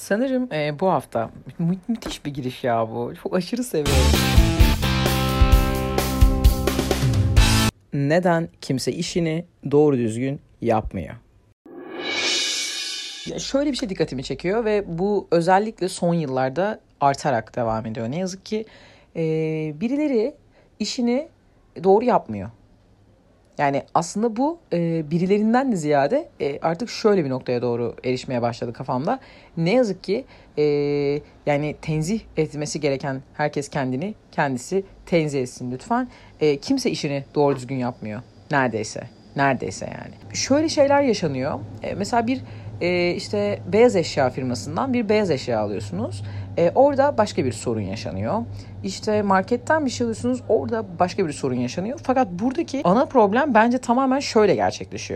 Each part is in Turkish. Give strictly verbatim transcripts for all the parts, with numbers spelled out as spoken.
Sanırım e, bu hafta mü- müthiş bir giriş ya bu. Çok aşırı seviyorum. Neden kimse işini doğru düzgün yapmıyor? Ya şöyle bir şey dikkatimi çekiyor ve bu özellikle son yıllarda artarak devam ediyor. Ne yazık ki e, birileri işini doğru yapmıyor. Yani aslında bu e, birilerinden de ziyade e, artık şöyle bir noktaya doğru erişmeye başladı kafamda. Ne yazık ki e, yani tenzih etmesi gereken herkes kendini kendisi tenzih etsin lütfen. E, kimse işini doğru düzgün yapmıyor. Neredeyse. Neredeyse yani. Şöyle şeyler yaşanıyor. E, mesela bir e, işte beyaz eşya firmasından bir beyaz eşya alıyorsunuz. E, orada başka bir sorun yaşanıyor. İşte marketten bir şey alıyorsunuz, orada başka bir sorun yaşanıyor. Fakat buradaki ana problem bence tamamen şöyle gerçekleşiyor.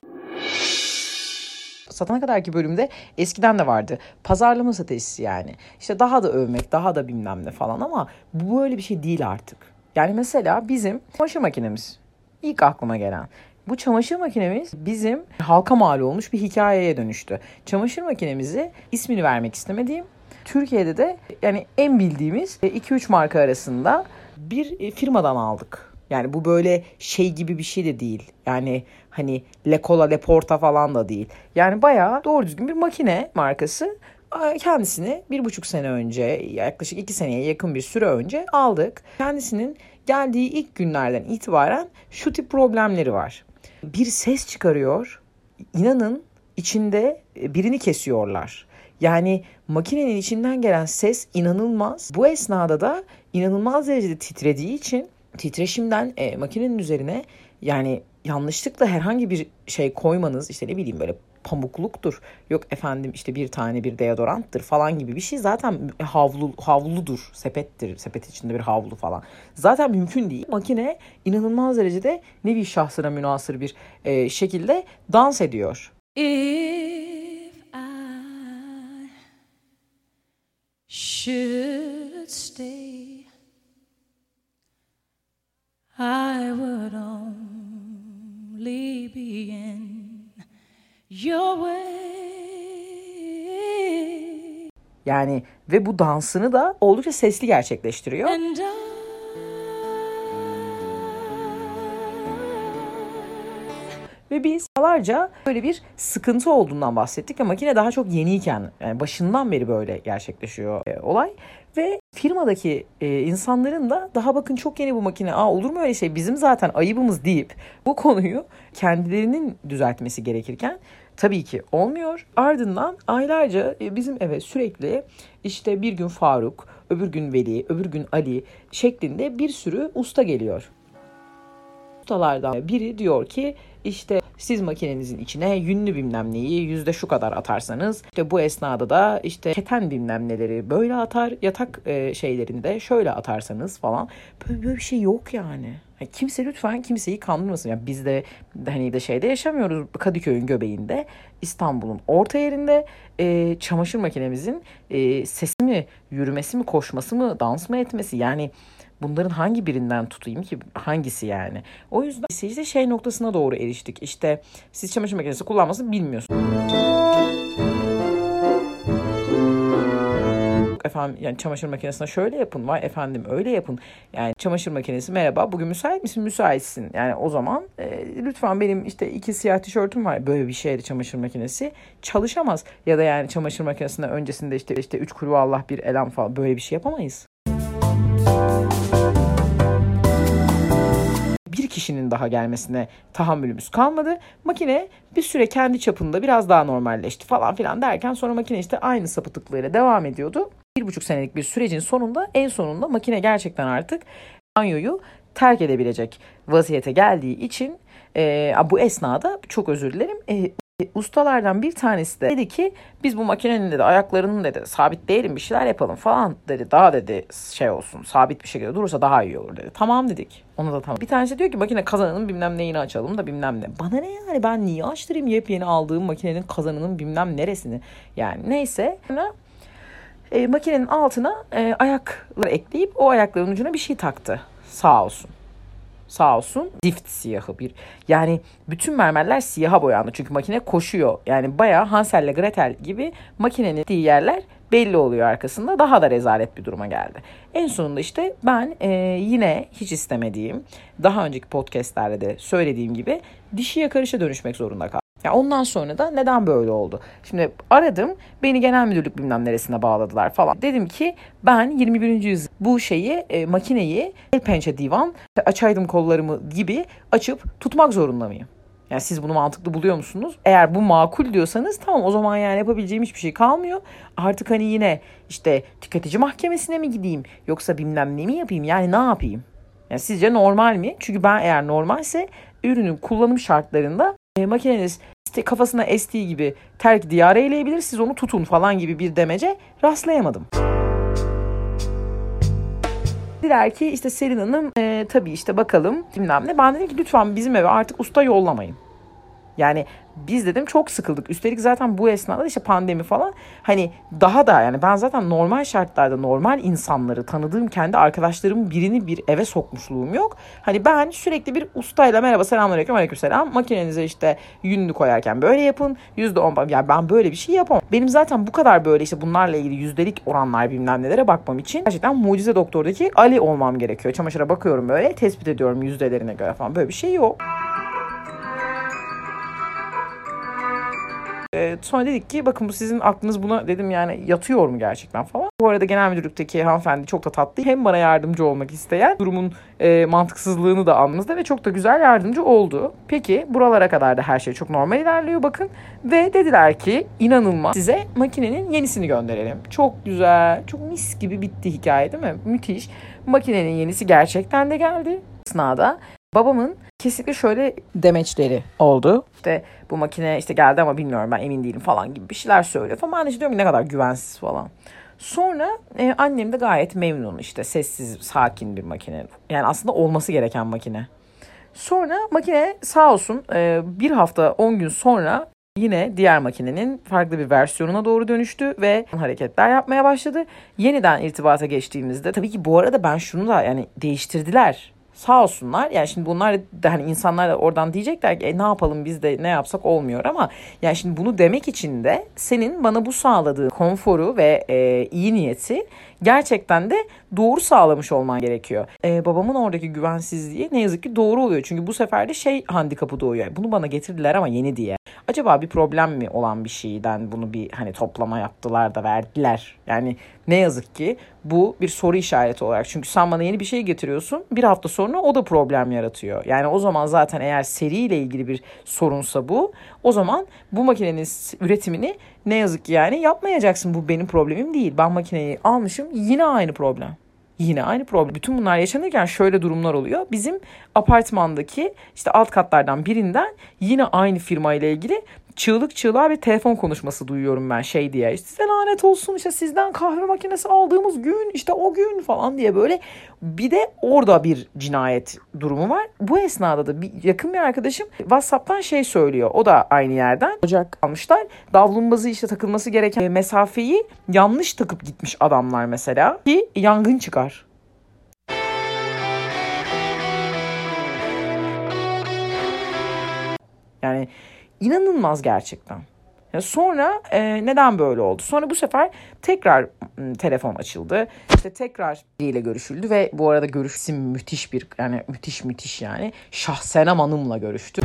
Satana kadarki bölümde eskiden de vardı. Pazarlama stratejisi yani. İşte daha da övmek, daha da bilmem ne falan ama bu böyle bir şey değil artık. Yani mesela bizim çamaşır makinemiz. İlk aklıma gelen. Bu çamaşır makinemiz bizim halka mal olmuş bir hikayeye dönüştü. Çamaşır makinemizi ismini vermek istemediğim, Türkiye'de de yani en bildiğimiz iki üç marka arasında bir firmadan aldık. Yani bu böyle şey gibi bir şey de değil. Yani hani Lekola, Leporta falan da değil. Yani bayağı doğru düzgün bir makine markası. Kendisini bir buçuk sene önce, yaklaşık iki seneye yakın bir süre önce aldık. Kendisinin geldiği ilk günlerden itibaren şu tip problemleri var. Bir ses çıkarıyor. İnanın içinde birini kesiyorlar. Yani makinenin içinden gelen ses inanılmaz. Bu esnada da inanılmaz derecede titrediği için titreşimden e, makinenin üzerine yani yanlışlıkla herhangi bir şey koymanız, işte ne bileyim böyle pamukluktur, yok efendim işte bir tane bir deodoranttır falan gibi bir şey zaten havlu havludur, sepettir, sepet içinde bir havlu falan. Zaten mümkün değil. Makine inanılmaz derecede nevi şahsına münhasır bir e, şekilde dans ediyor. If I should stay, I would only be in your way. Yani ve bu dansını da oldukça sesli gerçekleştiriyor. And I Ve biz yıllarca böyle bir sıkıntı olduğundan bahsettik ve makine daha çok yeniyken, yani başından beri böyle gerçekleşiyor e, olay. Ve firmadaki e, insanların da daha bakın çok yeni bu makine, aa olur mu öyle şey, bizim zaten ayıbımız deyip bu konuyu kendilerinin düzeltmesi gerekirken tabii ki olmuyor. Ardından aylarca e, bizim eve sürekli işte bir gün Faruk, öbür gün Veli, öbür gün Ali şeklinde bir sürü usta geliyor. Ustalardan biri diyor ki işte siz makinenizin içine yünlü bilmem neyi yüzde şu kadar atarsanız işte bu esnada da işte keten bilmem neleri böyle atar, yatak e, şeylerini de şöyle atarsanız falan, böyle, böyle bir şey yok yani. Yani kimse lütfen kimseyi kandırmasın. Yani biz de hani de şeyde yaşamıyoruz, Kadıköy'ün göbeğinde, İstanbul'un orta yerinde e, çamaşır makinemizin e, sesi mi, yürümesi mi, koşması mı, dans mı etmesi, yani bunların hangi birinden tutayım ki, hangisi yani? O yüzden işte şey noktasına doğru eriştik. İşte siz çamaşır makinesi kullanmasını bilmiyorsunuz. Efendim yani çamaşır makinesine şöyle yapın, vay efendim öyle yapın. Yani çamaşır makinesi merhaba bugün müsait misin? Müsaitsin. Yani o zaman e, lütfen benim işte iki siyah tişörtüm var. Böyle bir şeyde çamaşır makinesi çalışamaz. Ya da yani çamaşır makinesinde öncesinde işte işte üç kuru Allah bir elam falan, böyle bir şey yapamayız. Bir kişinin daha gelmesine tahammülümüz kalmadı. Makine bir süre kendi çapında biraz daha normalleşti falan filan derken sonra makine işte aynı sapıtıklığıyla devam ediyordu. Bir buçuk senelik bir sürecin sonunda en sonunda makine gerçekten artık banyoyu terk edebilecek vaziyete geldiği için e, bu esnada çok özür dilerim. E, ustalardan bir tanesi de dedi ki biz bu makinenin dedi ayaklarının dedi sabitleyelim, bir şeyler yapalım falan dedi. Daha dedi şey olsun, sabit bir şekilde durursa daha iyi olur dedi. Tamam dedik. Ona da tamam. Bir tanesi diyor ki makine kazanının bilmem neyini açalım da bilmem ne. Bana ne yani, ben niye açtırayım yepyeni aldığım makinenin kazanının bilmem neresini. Yani neyse. Sonra e, makinenin altına e, ayakları ekleyip o ayakların ucuna bir şey taktı. Sağ olsun. Sağ olsun zift siyahı bir. Yani bütün mermerler siyaha boyandı. Çünkü makine koşuyor. Yani bayağı Hansel ile Gretel gibi makinenin gittiği yerler belli oluyor arkasında. Daha da rezalet bir duruma geldi. En sonunda işte ben e, yine hiç istemediğim, daha önceki podcastlerde de söylediğim gibi dişi yakarışa dönüşmek zorunda kaldım. Ya ondan sonra da neden böyle oldu? Şimdi aradım, beni genel müdürlük bilmem neresine bağladılar falan. Dedim ki ben yirmi birinci yüzyıl bu şeyi, e, makineyi el pençe divan, açaydım kollarımı gibi açıp tutmak zorunda mıyım? Yani siz bunu mantıklı buluyor musunuz? Eğer bu makul diyorsanız tamam, o zaman yani yapabileceğim hiçbir şey kalmıyor. Artık hani yine işte tüketici mahkemesine mi gideyim yoksa bilmem ne mi yapayım, yani ne yapayım? Yani sizce normal mi? Çünkü ben eğer normalse ürünün kullanım şartlarında e, makineniz işte kafasına estiği gibi terk diyar eyleyebilir, siz onu tutun falan gibi bir demece rastlayamadım. Dediler ki işte Selin Hanım e, tabii işte bakalım bilmem ne. Ben dedim ki lütfen bizim eve artık usta yollamayın. Yani biz dedim çok sıkıldık. Üstelik zaten bu esnada işte pandemi falan, hani daha da yani ben zaten normal şartlarda normal insanları, tanıdığım kendi arkadaşlarımın birini bir eve sokmuşluğum yok. Hani ben sürekli bir ustayla merhaba selamünaleyküm aleykümselam, makinenize işte yününü koyarken böyle yapın, yüzde on, yani ben böyle bir şey yapamam. Benim zaten bu kadar böyle işte bunlarla ilgili yüzdelik oranlar bilmem nelere bakmam için gerçekten Mucize Doktor'daki Ali olmam gerekiyor. Çamaşıra bakıyorum böyle, tespit ediyorum yüzdelerine göre falan, böyle bir şey yok. Ee, sonra dedik ki bakın bu sizin aklınız buna, dedim yani yatıyor mu gerçekten falan. Bu arada genel müdürlükteki hanımefendi çok da tatlı. Hem bana yardımcı olmak isteyen, durumun e, mantıksızlığını da anladı ve çok da güzel yardımcı oldu. Peki buralara kadar da her şey çok normal ilerliyor bakın. Ve dediler ki inanılmaz, size makinenin yenisini gönderelim. Çok güzel, çok mis gibi bitti hikaye değil mi? Müthiş. Makinenin yenisi gerçekten de geldi. Sınavda babamın kesinlikle şöyle demeçleri oldu. İşte bu makine işte geldi ama bilmiyorum, ben emin değilim falan gibi bir şeyler söylüyor. Falan ben de diyorum ki ne kadar güvensiz falan. Sonra e, annem de gayet memnun, işte sessiz, sakin bir makine. Yani aslında olması gereken makine. Sonra makine sağ olsun e, bir hafta on gün sonra yine diğer makinenin farklı bir versiyonuna doğru dönüştü ve hareketler yapmaya başladı. Yeniden irtibata geçtiğimizde tabii ki bu arada ben şunu da yani değiştirdiler. Sağ olsunlar. Yani şimdi bunlar da hani insanlar da oradan diyecekler ki e, ne yapalım biz de ne yapsak olmuyor, ama yani şimdi bunu demek için de senin bana bu sağladığı konforu ve e, iyi niyeti gerçekten de doğru sağlamış olman gerekiyor. E, babamın oradaki güvensizliği ne yazık ki doğru oluyor. Çünkü bu sefer de şey handikapı doğuyor. Bunu bana getirdiler ama yeni diye. Acaba bir problem mi olan bir şeyden bunu bir hani toplama yaptılar da verdiler. Yani ne yazık ki bu bir soru işareti olarak. Çünkü sen bana yeni bir şey getiriyorsun. Bir hafta sonra o da problem yaratıyor. Yani o zaman zaten eğer seriyle ilgili bir sorunsa bu, o zaman bu makinenin üretimini ne yazık ki yani yapmayacaksın. Bu benim problemim değil. Ben makineyi almışım, yine aynı problem. Yine aynı problem. Bütün bunlar yaşanırken şöyle durumlar oluyor. Bizim apartmandaki işte alt katlardan birinden yine aynı firma ile ilgili çığlık çığlığa bir telefon konuşması duyuyorum ben, şey diye. İşte size lanet olsun, işte sizden kahve makinesi aldığımız gün, işte o gün falan diye böyle. Bir de orada bir cinayet durumu var. Bu esnada da bir yakın bir arkadaşım WhatsApp'tan şey söylüyor. O da aynı yerden ocak almışlar. Davlumbazı işte takılması gereken mesafeyi yanlış takıp gitmiş adamlar mesela. Ki yangın çıkar. Yani İnanılmaz gerçekten. Sonra e, neden böyle oldu? Sonra bu sefer tekrar m, telefon açıldı. İşte tekrar biriyle görüşüldü ve bu arada görüşüm müthiş bir, yani müthiş müthiş yani Şahsenem Hanım'la görüştü.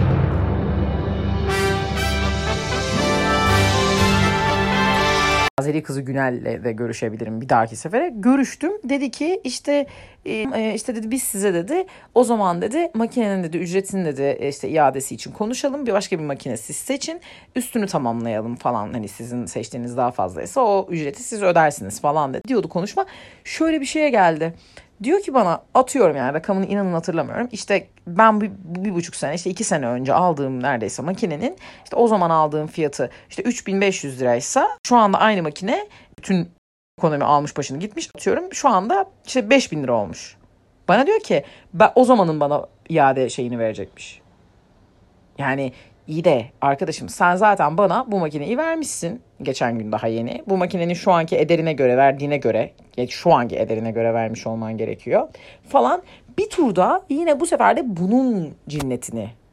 Azeri kızı Günel'le de görüşebilirim bir dahaki sefere. Görüştüm. Dedi ki işte e, işte dedi biz size dedi o zaman dedi makinenin dedi ücretini dedi işte iadesi için konuşalım. Bir başka bir makine siz seçin. Üstünü tamamlayalım falan. Hani sizin seçtiğiniz daha fazlaysa o ücreti siz ödersiniz falan dedi. Diyordu konuşma. Şöyle bir şeye geldi. Diyor ki bana, atıyorum yani rakamını inanın hatırlamıyorum. İşte ben bir, bir buçuk sene işte iki sene önce aldığım neredeyse makinenin işte o zaman aldığım fiyatı işte üç bin beş yüz liraysa şu anda aynı makine bütün ekonomi almış başını gitmiş, atıyorum şu anda işte beş bin lira olmuş. Bana diyor ki ben, o zamanın bana iade şeyini verecekmiş. Yani iyi de arkadaşım sen zaten bana bu makineyi vermişsin geçen gün daha yeni. Bu makinenin şu anki ederine göre verdiğine göre, şu anki ederine göre vermiş olman gerekiyor falan. Bir turda yine bu sefer de bunun cinnetini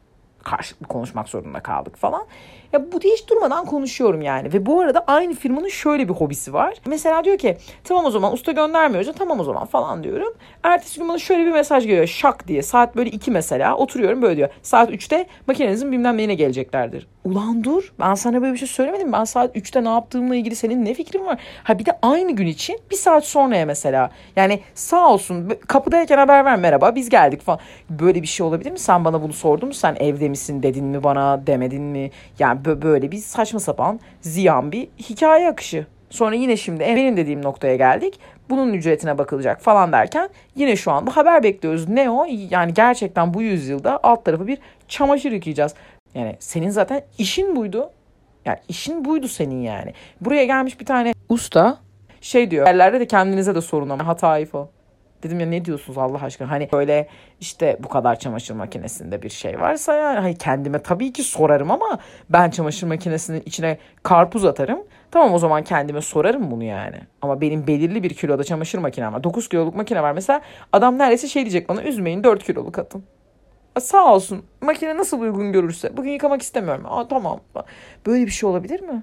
karşılıklı konuşmak zorunda kaldık falan. Ya bu hiç durmadan konuşuyorum yani. Ve bu arada aynı firmanın şöyle bir hobisi var. Mesela diyor ki tamam o zaman usta göndermiyoruz. Tamam o zaman falan diyorum. Ertesi gün bana şöyle bir mesaj geliyor. Şak diye. Saat böyle iki mesela. Oturuyorum böyle diyor. Saat üçte makinenizin bilmem neyine geleceklerdir. Ulan dur. Ben sana böyle bir şey söylemedim. Ben saat üçte ne yaptığımla ilgili senin ne fikrin var? Ha bir de aynı gün için bir saat sonraya mesela. Yani sağ olsun kapıdayken haber ver merhaba biz geldik falan. Böyle bir şey olabilir mi? Sen bana bunu sordun mu? Sen evde misin dedin mi bana demedin mi? Yani böyle bir saçma sapan ziyan bir hikaye akışı. Sonra yine şimdi benim dediğim noktaya geldik. Bunun ücretine bakılacak falan derken yine şu anda haber bekliyoruz. Ne o? Yani gerçekten bu yüzyılda alt tarafı bir çamaşır yıkayacağız. Yani senin zaten işin buydu. Yani işin buydu senin yani. Buraya gelmiş bir tane usta şey diyor. Yerlerde de kendinize de sorun ama hatayı falan. Dedim ya ne diyorsunuz Allah aşkına? Hani böyle işte bu kadar çamaşır makinesinde bir şey varsa yani hani kendime tabii ki sorarım ama ben çamaşır makinesinin içine karpuz atarım. Tamam o zaman kendime sorarım bunu yani. Ama benim belirli bir kiloda çamaşır makinem var. dokuz kiloluk makine var. Mesela adam neredeyse şey diyecek bana üzmeyin dört kiloluk atın. Sağ olsun makine nasıl uygun görürse. Bugün yıkamak istemiyorum. Aa, tamam. Böyle bir şey olabilir mi?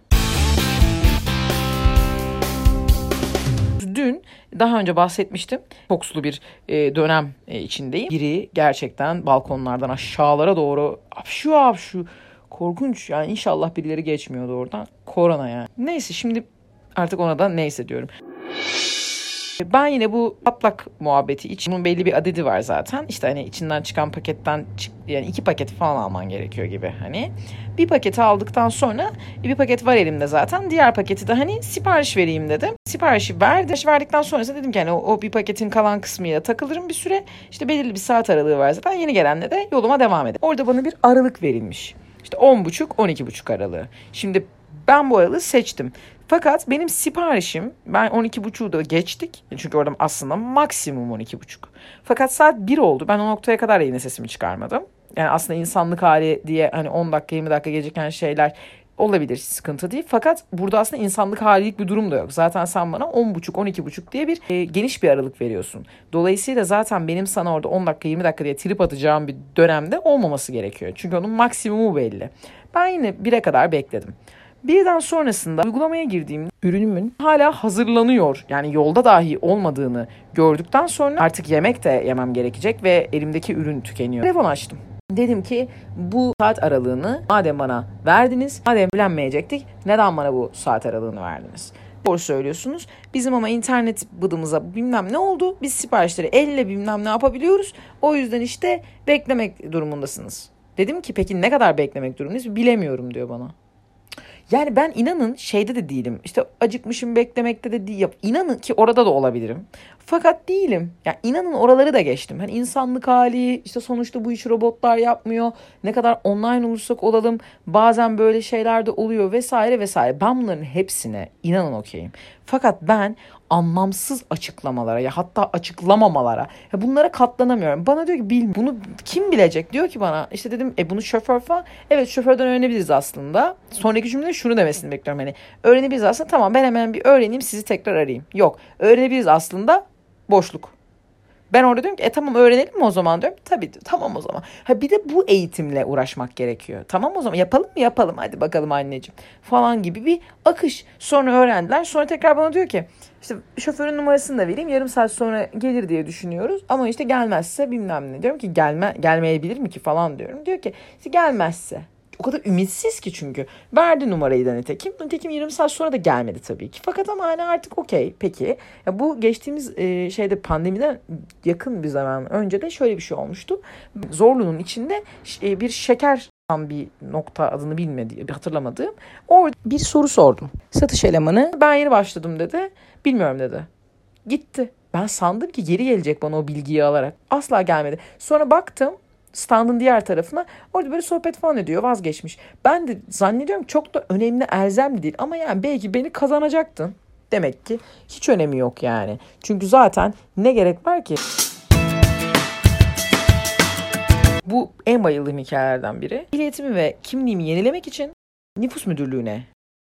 Dün daha önce bahsetmiştim. Koksulu bir e, dönem e, içindeyim. Biri gerçekten balkonlardan aşağılara doğru hapşu hapşu. Korkunç yani inşallah birileri geçmiyordu oradan. Korona yani. Neyse şimdi artık ona da neyse diyorum. Ben yine bu patlak muhabbeti için bunun belli bir adedi var zaten. İşte hani içinden çıkan paketten çık, yani iki paket falan alman gerekiyor gibi hani. Bir paketi aldıktan sonra bir paket var elimde zaten. Diğer paketi de hani sipariş vereyim dedim. Siparişi verdim. Verdikten sonrasında dedim ki hani o, o bir paketin kalan kısmıyla takılırım bir süre. İşte belirli bir saat aralığı var zaten. Yeni gelenle de yoluma devam ederim. Orada bana bir aralık verilmiş. İşte on buçuk on iki buçuk aralığı. Şimdi ben bu aralığı seçtim. Fakat benim siparişim ben on iki buçuğu da geçtik. Çünkü orada aslında maksimum on iki buçuk. Fakat saat bir oldu. Ben o noktaya kadar yine sesimi çıkarmadım. Yani aslında insanlık hali diye hani on dakika yirmi dakika geciken şeyler olabilir, sıkıntı değil. Fakat burada aslında insanlık halilik bir durum da yok. Zaten sen bana on buçuk on iki buçuk diye bir e, geniş bir aralık veriyorsun. Dolayısıyla zaten benim sana orada on dakika yirmi dakika diye trip atacağım bir dönemde olmaması gerekiyor. Çünkü onun maksimumu belli. Ben yine bire kadar bekledim. Birden sonrasında uygulamaya girdiğim ürünümün hala hazırlanıyor yani yolda dahi olmadığını gördükten sonra artık yemek de yemem gerekecek ve elimdeki ürün tükeniyor. Telefon açtım. Dedim ki bu saat aralığını madem bana verdiniz, madem bilenmeyecektik neden bana bu saat aralığını verdiniz? Doğru söylüyorsunuz. Bizim ama internet bıdımıza bilmem ne oldu. Biz siparişleri elle bilmem ne yapabiliyoruz. O yüzden işte beklemek durumundasınız. Dedim ki peki ne kadar beklemek durumundayız? Bilemiyorum diyor bana. Yani ben inanın şeyde de değilim. İşte acıkmışım beklemekte de değil. İnanın ki orada da olabilirim. Fakat değilim. Yani inanın oraları da geçtim. Hani insanlık hali işte sonuçta bu işi robotlar yapmıyor. Ne kadar online olursak olalım bazen böyle şeyler de oluyor vesaire vesaire. Ben bunların hepsine inanın okeyim. Fakat ben anlamsız açıklamalara ya hatta açıklamamalara ya bunlara katlanamıyorum. Bana diyor ki bil bunu kim bilecek? Diyor ki bana işte dedim e bunu şoför falan. Evet şoförden öğrenebiliriz aslında. Sonraki cümlede şunu demesini bekliyorum hani. Öğrenebiliriz aslında tamam ben hemen bir öğreneyim sizi tekrar arayayım. Yok öğrenebiliriz aslında boşluk. Ben orada diyorum ki e tamam öğrenelim mi o zaman diyorum. Tabii tamam o zaman. Ha bir de bu eğitimle uğraşmak gerekiyor. Tamam o zaman yapalım mı yapalım hadi bakalım anneciğim falan gibi bir akış. Sonra öğrendiler. Sonra tekrar bana diyor ki işte şoförün numarasını da vereyim. Yarım saat sonra gelir diye düşünüyoruz. Ama işte gelmezse bilmem ne. Diyorum ki gelme gelmeyebilir mi ki falan diyorum. Diyor ki işte gelmezse. O kadar ümitsiz ki çünkü. Verdi numarayı da nitekim. Nitekim yarım saat sonra da gelmedi tabii ki. Fakat ama hani artık okey. Peki. Ya bu geçtiğimiz e, şeyde pandemiden yakın bir zaman önce de şöyle bir şey olmuştu. Zorlu'nun içinde e, bir şeker bir nokta adını bilmediği, hatırlamadığım. Orada bir soru sordum. Satış elemanı ben yeni başladım dedi. Bilmiyorum dedi. Gitti. Ben sandım ki geri gelecek bana o bilgiyi alarak. Asla gelmedi. Sonra baktım. Standın diğer tarafına orada böyle sohbet falan ediyor vazgeçmiş. Ben de zannediyorum çok da önemli elzem değil ama yani belki beni kazanacaktın. Demek ki hiç önemi yok yani. Çünkü zaten ne gerek var ki? Bu en bayıldığım hikayelerden biri. Ehliyetimi ve kimliğimi yenilemek için nüfus müdürlüğüne ben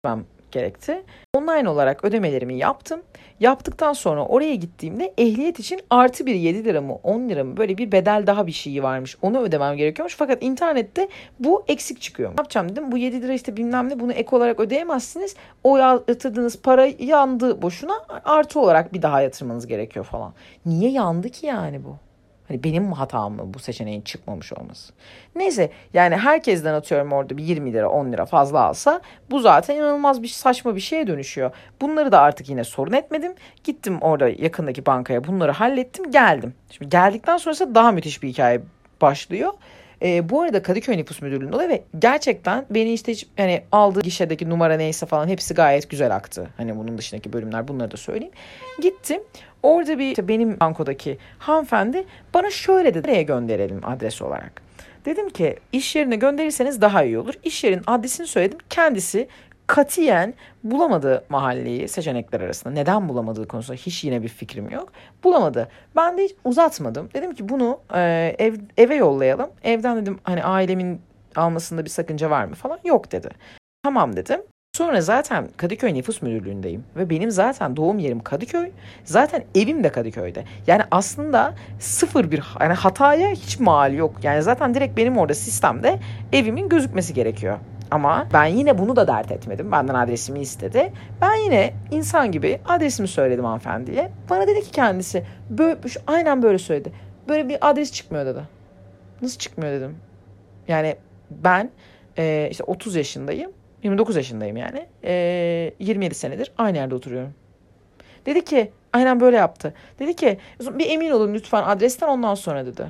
gerekti. Online olarak ödemelerimi yaptım. Yaptıktan sonra oraya gittiğimde ehliyet için artı bir yedi lira mı on lira mı böyle bir bedel daha bir şeyi varmış. Onu ödemem gerekiyormuş. Fakat internette bu eksik çıkıyor. Ne yapacağım dedim. Bu yedi lira işte bilmem ne, bunu ek olarak ödeyemezsiniz. O yatırdığınız para yandı boşuna, artı olarak bir daha yatırmanız gerekiyor falan. Niye yandı ki yani bu? Hani benim mi hatam mı bu seçeneğin çıkmamış olması? Neyse, yani herkesten atıyorum orada bir yirmi lira on lira fazla alsa bu zaten inanılmaz bir saçma bir şeye dönüşüyor. Bunları da artık yine sorun etmedim. Gittim orada yakındaki bankaya, bunları hallettim, geldim. Şimdi geldikten sonrası daha müthiş bir hikaye başlıyor. Ee, bu arada Kadıköy Nüfus Müdürlüğü'nde oluyor ve gerçekten beni işte hiç, hani aldığı gişedeki numara neyse falan hepsi gayet güzel aktı. Hani bunun dışındaki bölümler, bunları da söyleyeyim. Gittim. Orada bir işte benim bankodaki hanımefendi bana şöyle dedi. Nereye gönderelim adres olarak? Dedim ki iş yerine gönderirseniz daha iyi olur. İş yerinin adresini söyledim. Kendisi katiyen bulamadı mahalleyi seçenekler arasında. Neden bulamadığı konusunda hiç yine bir fikrim yok. Bulamadı. Ben de hiç uzatmadım. Dedim ki bunu e, ev, eve yollayalım. Evden dedim hani ailemin almasında bir sakınca var mı falan. Yok dedi. Tamam dedim. Sonra zaten Kadıköy Nüfus Müdürlüğü'ndeyim ve benim zaten doğum yerim Kadıköy. Zaten evim de Kadıköy'de. Yani aslında sıfır bir yani hataya hiç mal yok. Yani zaten direkt benim orada sistemde evimin gözükmesi gerekiyor. Ama ben yine bunu da dert etmedim. Benden adresimi istedi. Ben yine insan gibi adresimi söyledim hanımefendiye. Bana dedi ki kendisi böyle, aynen böyle söyledi. Böyle bir adres çıkmıyor dedi. Nasıl çıkmıyor dedim. Yani ben e, işte otuz yaşındayım. yirmi dokuz yaşındayım yani. E, yirmi yedi senedir aynı yerde oturuyorum. Dedi ki aynen böyle yaptı. Dedi ki bir emin olun lütfen adresten, ondan sonra dedi.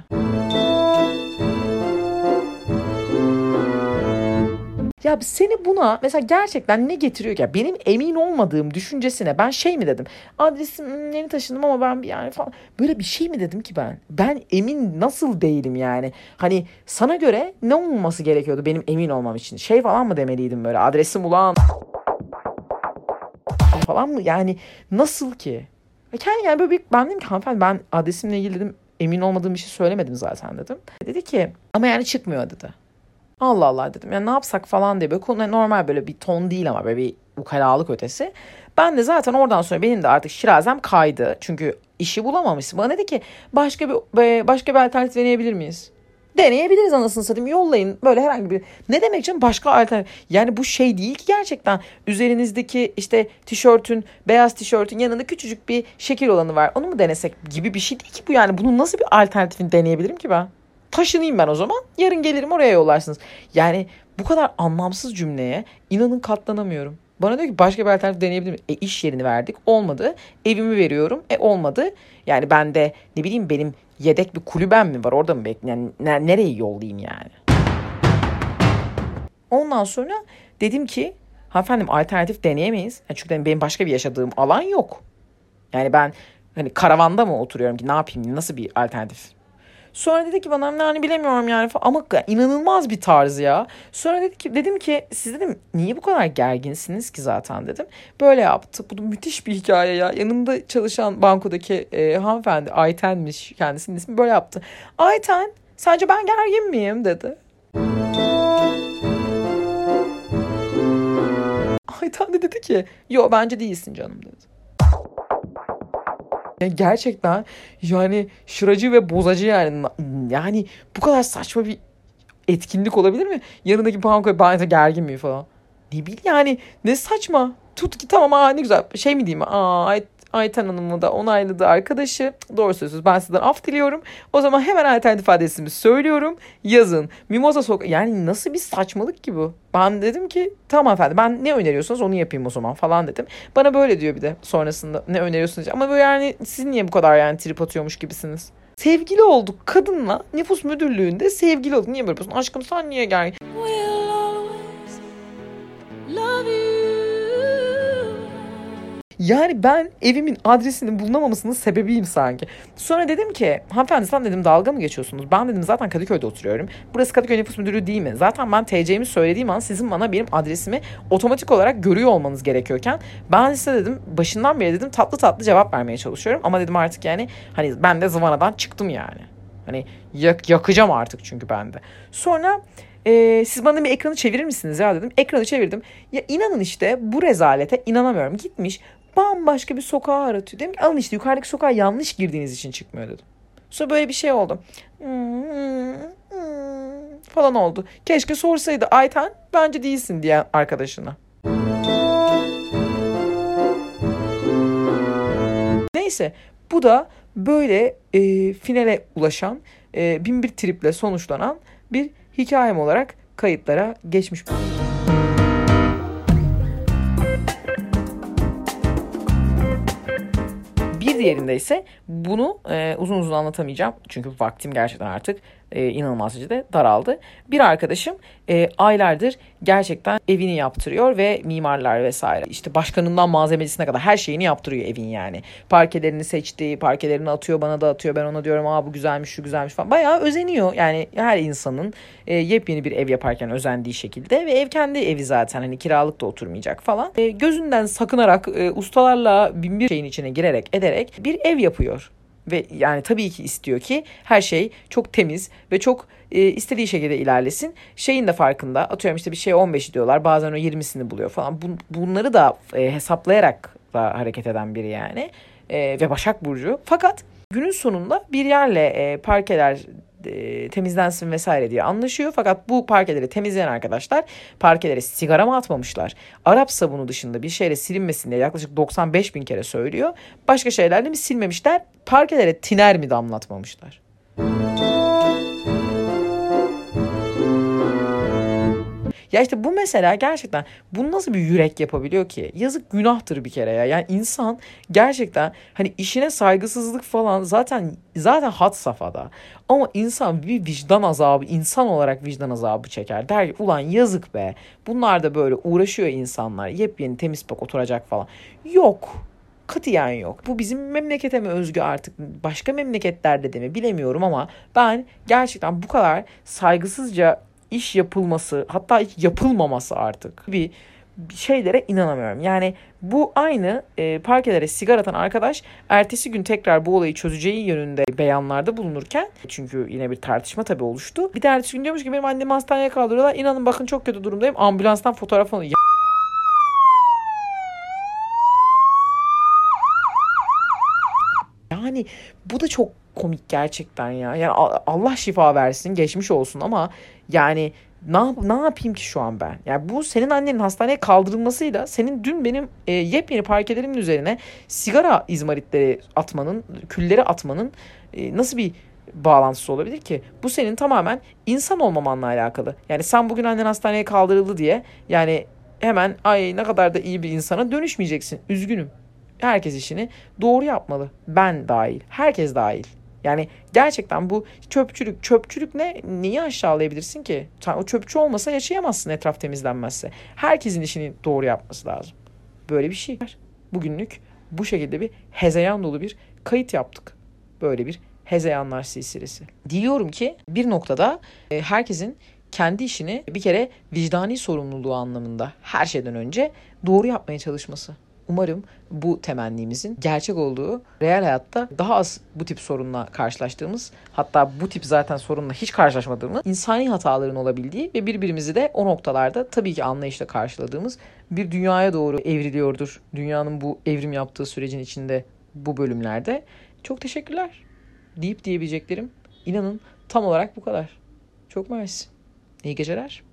Ya seni buna mesela gerçekten ne getiriyor ki? Benim emin olmadığım düşüncesine ben şey mi dedim? Adresim yeni taşındım ama ben bir yani falan. Böyle bir şey mi dedim ki ben? Ben emin nasıl değilim yani? Hani sana göre ne olması gerekiyordu benim emin olmam için? Şey falan mı demeliydim böyle? Adresim ulan falan mı? Yani nasıl ki? Yani, yani böyle bir, ben dedim ki hanımefendi ben adresimle ilgili dedim emin olmadığım bir şey söylemedim zaten dedim. Dedi ki ama yani çıkmıyor dedi. Allah Allah dedim. Yani ne yapsak falan diye böyle konu normal böyle bir ton değil ama böyle bir ukalalık ötesi. Ben de zaten oradan sonra benim de artık şirazem kaydı. Çünkü işi bulamamışsın. Bana dedi ki başka bir başka bir alternatif deneyebilir miyiz? Deneyebiliriz anasını satayım. Yollayın böyle herhangi bir. Ne demek canım başka alternatif? Yani bu şey değil ki gerçekten. Üzerinizdeki işte tişörtün, beyaz tişörtün yanında küçücük bir şekil olanı var. Onu mu denesek gibi bir şey değil ki bu yani. Bunun nasıl bir alternatifini deneyebilirim ki ben? Taşınayım ben o zaman. Yarın gelirim oraya yollarsınız. Yani bu kadar anlamsız cümleye inanın katlanamıyorum. Bana diyor ki başka bir alternatif deneyebilir miyim? E iş yerini verdik. Olmadı. Evimi veriyorum. E olmadı. Yani ben de ne bileyim benim yedek bir kulübem mi var? Orada mı bekliyorum? Yani nereye yollayayım yani? Ondan sonra dedim ki hanımefendim alternatif deneyemeyiz. Yani çünkü benim başka bir yaşadığım alan yok. Yani ben hani karavanda mı oturuyorum ki ne yapayım? Nasıl bir alternatif? Sonra dedi ki bana yani bilemiyorum yani falan. Ama inanılmaz bir tarz ya. Sonra dedi ki dedim ki siz dedim niye bu kadar gerginsiniz ki zaten dedim. Böyle yaptı. Bu da müthiş bir hikaye ya. Yanımda çalışan bankodaki e, hanımefendi Ayten'miş kendisinin ismi, böyle yaptı. Ayten sence ben gergin miyim dedi. Ayten de dedi ki yo bence değilsin canım dedi. Yani gerçekten yani şıracı ve bozacı yani. Yani bu kadar saçma bir etkinlik olabilir mi? Yanındaki bankoya ben gergin miyim falan. Ne bileyim yani ne saçma. Tut ki tamam aa ne güzel şey mi diyeyim. Aa Ay, Ayten Hanım'ı da onayladı arkadaşı. Doğru söylüyorsunuz, ben sizden af diliyorum. O zaman hemen alternatif adresimi söylüyorum. Yazın. Mimoza Sokak. Yani nasıl bir saçmalık ki bu? Ben dedim ki tamam efendim ben ne öneriyorsanız onu yapayım o zaman falan dedim. Bana böyle diyor bir de sonrasında ne öneriyorsunuz. Ama böyle yani siz niye bu kadar yani trip atıyormuş gibisiniz? Sevgili olduk kadınla nüfus müdürlüğünde sevgili olduk. Niye böyle yapıyorsun? Aşkım sen niye gergin? Yani ben evimin adresinin bulunamamasının sebebiyim sanki. Sonra dedim ki hanımefendi sen dedim dalga mı geçiyorsunuz? Ben dedim zaten Kadıköy'de oturuyorum. Burası Kadıköy Nüfus Müdürlüğü değil mi? Zaten ben T C'mi söylediğim an sizin bana benim adresimi otomatik olarak görüyor olmanız gerekiyorken ben size dedim başından beri dedim tatlı tatlı cevap vermeye çalışıyorum. Ama dedim artık yani hani ben de zıvanadan çıktım yani. Hani yak, yakacağım artık çünkü ben de. Sonra e, siz bana bir ekranı çevirir misiniz ya dedim. Ekranı çevirdim. Ya inanın işte bu rezalete inanamıyorum. Gitmiş bambaşka bir sokağa aratıyor. Dedim ki alın işte yukarıdaki sokağa yanlış girdiğiniz için çıkmıyor dedim. Sonra böyle bir şey oldu. Falan oldu. Keşke sorsaydı Ayten bence değilsin diye arkadaşına. Neyse bu da böyle e, finale ulaşan e, bin bir triple sonuçlanan bir hikayem olarak kayıtlara geçmiş. Bir diğerinde ise bunu e, uzun uzun anlatamayacağım. Çünkü vaktim gerçekten artık e, inanılmaz derecede daraldı. Bir arkadaşım e, aylardır gerçekten evini yaptırıyor ve mimarlar vesaire. İşte başkanından malzemecisine kadar her şeyini yaptırıyor evin yani. Parkelerini seçti, parkelerini atıyor, bana da atıyor. Ben ona diyorum aa bu güzelmiş, şu güzelmiş falan. Bayağı özeniyor. Yani her insanın e, yepyeni bir ev yaparken özendiği şekilde ve ev kendi evi zaten hani kiralık da oturmayacak falan. E, gözünden sakınarak e, ustalarla bin bir şeyin içine girerek ederek bir ev yapıyor. Ve yani tabii ki istiyor ki her şey çok temiz ve çok e, istediği şekilde ilerlesin. Şeyin de farkında atıyorum işte bir şey on beş diyorlar bazen o yirmisini buluyor falan. Bun, bunları da e, hesaplayarak da hareket eden biri yani e, ve Başak Burcu. Fakat günün sonunda bir yerle e, parkeler e, temizlensin vesaire diye anlaşıyor. Fakat bu parkeleri temizleyen arkadaşlar parkelere sigara mı atmamışlar? Arap sabunu dışında bir şeyle silinmesin diye yaklaşık doksan beş bin kere söylüyor. Başka şeylerle mi silmemişler? Parkelere tiner mi damlatmamışlar? Ya işte bu mesela gerçekten bunu nasıl bir yürek yapabiliyor ki? Yazık günahtır bir kere ya. Yani insan gerçekten hani işine saygısızlık falan zaten zaten had safhada. Ama insan bir vicdan azabı, insan olarak vicdan azabı çeker. Der ki ulan yazık be. Bunlar da böyle uğraşıyor insanlar. Yepyeni temiz pak oturacak falan. Yok. Katiyen yok. Bu bizim memlekete mi özgü artık başka memleketlerde de mi bilemiyorum ama ben gerçekten bu kadar saygısızca iş yapılması hatta hiç yapılmaması artık bir şeylere inanamıyorum. Yani bu aynı e, parkelere sigara atan arkadaş ertesi gün tekrar bu olayı çözeceği yönünde beyanlarda bulunurken çünkü yine bir tartışma tabii oluştu. Bir de ertesi gün diyormuş ki benim annemi hastaneye kaldırıyorlar. İnanın bakın çok kötü durumdayım. Ambulanstan fotoğraf alıyor. Yani bu da çok komik gerçekten ya. Yani Allah şifa versin, geçmiş olsun ama yani ne, ne yapayım ki şu an ben? Yani bu senin annenin hastaneye kaldırılmasıyla senin dün benim e, yepyeni parkelerimin üzerine sigara izmaritleri atmanın, külleri atmanın e, nasıl bir bağlantısı olabilir ki? Bu senin tamamen insan olmamanla alakalı. Yani sen bugün annen hastaneye kaldırıldı diye yani hemen ay ne kadar da iyi bir insana dönüşmeyeceksin. Üzgünüm. Herkes işini doğru yapmalı. Ben dahil. Herkes dahil. Yani gerçekten bu çöpçülük. Çöpçülük ne? Neyi aşağılayabilirsin ki? Sen o çöpçü olmasa yaşayamazsın etraf temizlenmezse. Herkesin işini doğru yapması lazım. Böyle bir şey var. Bugünlük bu şekilde bir hezeyan dolu bir kayıt yaptık. Böyle bir hezeyanlar silsilesi. Diliyorum ki bir noktada e, herkesin kendi işini bir kere vicdani sorumluluğu anlamında her şeyden önce doğru yapmaya çalışması. Umarım bu temennimizin gerçek olduğu, real hayatta daha az bu tip sorunla karşılaştığımız, hatta bu tip zaten sorunla hiç karşılaşmadığımız, insani hataların olabildiği ve birbirimizi de o noktalarda tabii ki anlayışla karşıladığımız bir dünyaya doğru evriliyordur. Dünyanın bu evrim yaptığı sürecin içinde bu bölümlerde. Çok teşekkürler deyip diyebileceklerim inanın tam olarak bu kadar. Çok mersi. İyi geceler.